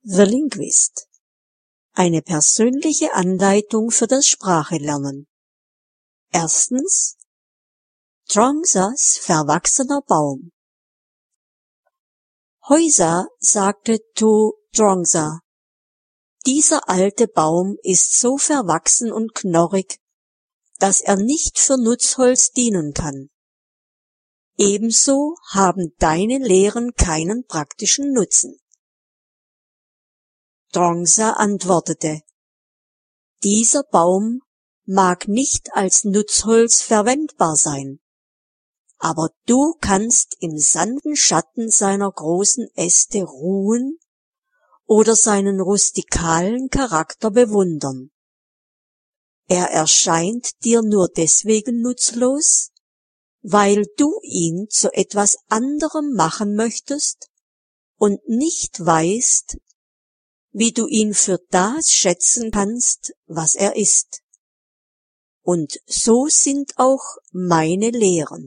The Linguist. Eine persönliche Anleitung für das Sprachelernen. Erstens, Chuang-Tzas verwachsener Baum. Huiza sagte zu Chuang-Tza: Dieser alte Baum ist so verwachsen und knorrig, dass er nicht für Nutzholz dienen kann. Ebenso haben deine Lehren keinen praktischen Nutzen. Chuang-Tza antwortete: Dieser Baum mag nicht als Nutzholz verwendbar sein, aber du kannst im sanften Schatten seiner großen Äste ruhen oder seinen rustikalen Charakter bewundern. Er erscheint dir nur deswegen nutzlos, weil du ihn zu etwas anderem machen möchtest und nicht weißt, wie du ihn für das schätzen kannst, was er ist. Und so sind auch meine Lehren.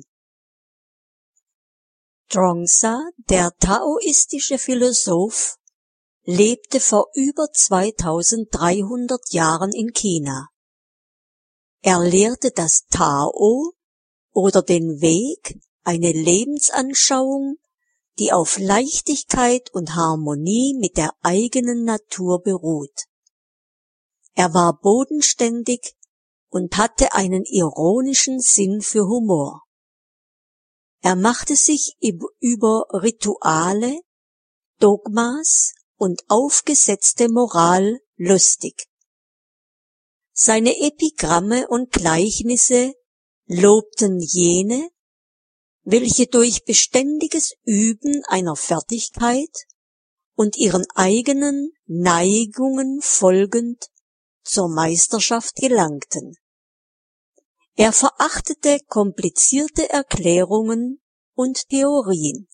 Chuang-Tza, der taoistische Philosoph, lebte vor über 2300 Jahren in China. Er lehrte das Tao oder den Weg, eine Lebensanschauung, die auf Leichtigkeit und Harmonie mit der eigenen Natur beruht. Er war bodenständig und hatte einen ironischen Sinn für Humor. Er machte sich über Rituale, Dogmas und aufgesetzte Moral lustig. Seine Epigramme und Gleichnisse lobten jene, welche durch beständiges Üben einer Fertigkeit und ihren eigenen Neigungen folgend zur Meisterschaft gelangten. Er verachtete komplizierte Erklärungen und Theorien.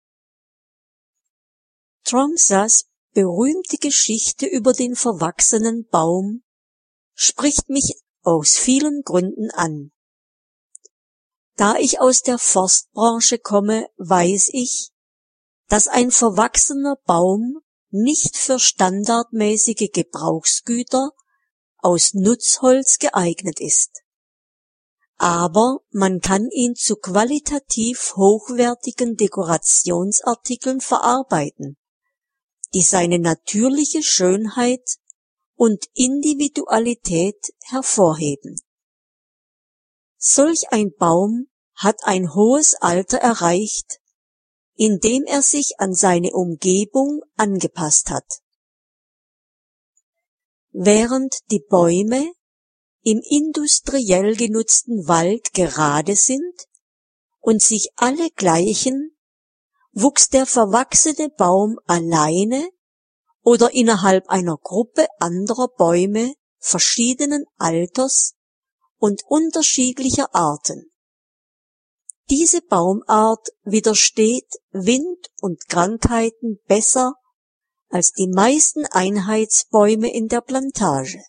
Chuang-Tzas berühmte Geschichte über den verwachsenen Baum spricht mich aus vielen Gründen an. Da ich aus der Forstbranche komme, weiß ich, dass ein verwachsener Baum nicht für standardmäßige Gebrauchsgüter aus Nutzholz geeignet ist. Aber man kann ihn zu qualitativ hochwertigen Dekorationsartikeln verarbeiten, die seine natürliche Schönheit und Individualität hervorheben. Solch ein Baum hat ein hohes Alter erreicht, indem er sich an seine Umgebung angepasst hat. Während die Bäume im industriell genutzten Wald gerade sind und sich alle gleichen, wuchs der verwachsene Baum alleine oder innerhalb einer Gruppe anderer Bäume verschiedenen Alters und unterschiedlicher Arten. Diese Baumart widersteht Wind und Krankheiten besser als die meisten Einheitsbäume in der Plantage.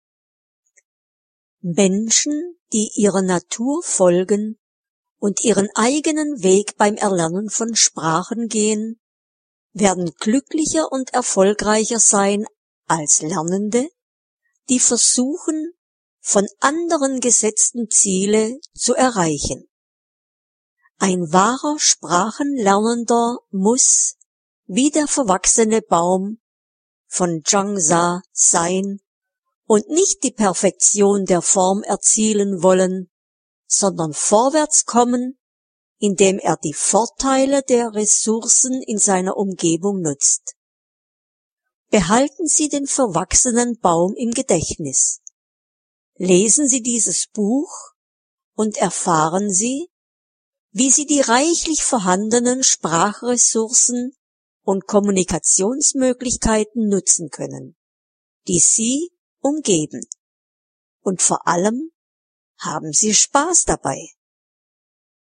Menschen, die ihrer Natur folgen und ihren eigenen Weg beim Erlernen von Sprachen gehen, werden glücklicher und erfolgreicher sein als Lernende, die versuchen, von anderen gesetzten Ziele zu erreichen. Ein wahrer Sprachenlernender muss, wie der verwachsene Baum, von Chuang-Tza sein und nicht die Perfektion der Form erzielen wollen, sondern vorwärts kommen, indem er die Vorteile der Ressourcen in seiner Umgebung nutzt. Behalten Sie den verwachsenen Baum im Gedächtnis. Lesen Sie dieses Buch und erfahren Sie, wie Sie die reichlich vorhandenen Sprachressourcen und Kommunikationsmöglichkeiten nutzen können, die Sie umgeben. Und vor allem haben Sie Spaß dabei.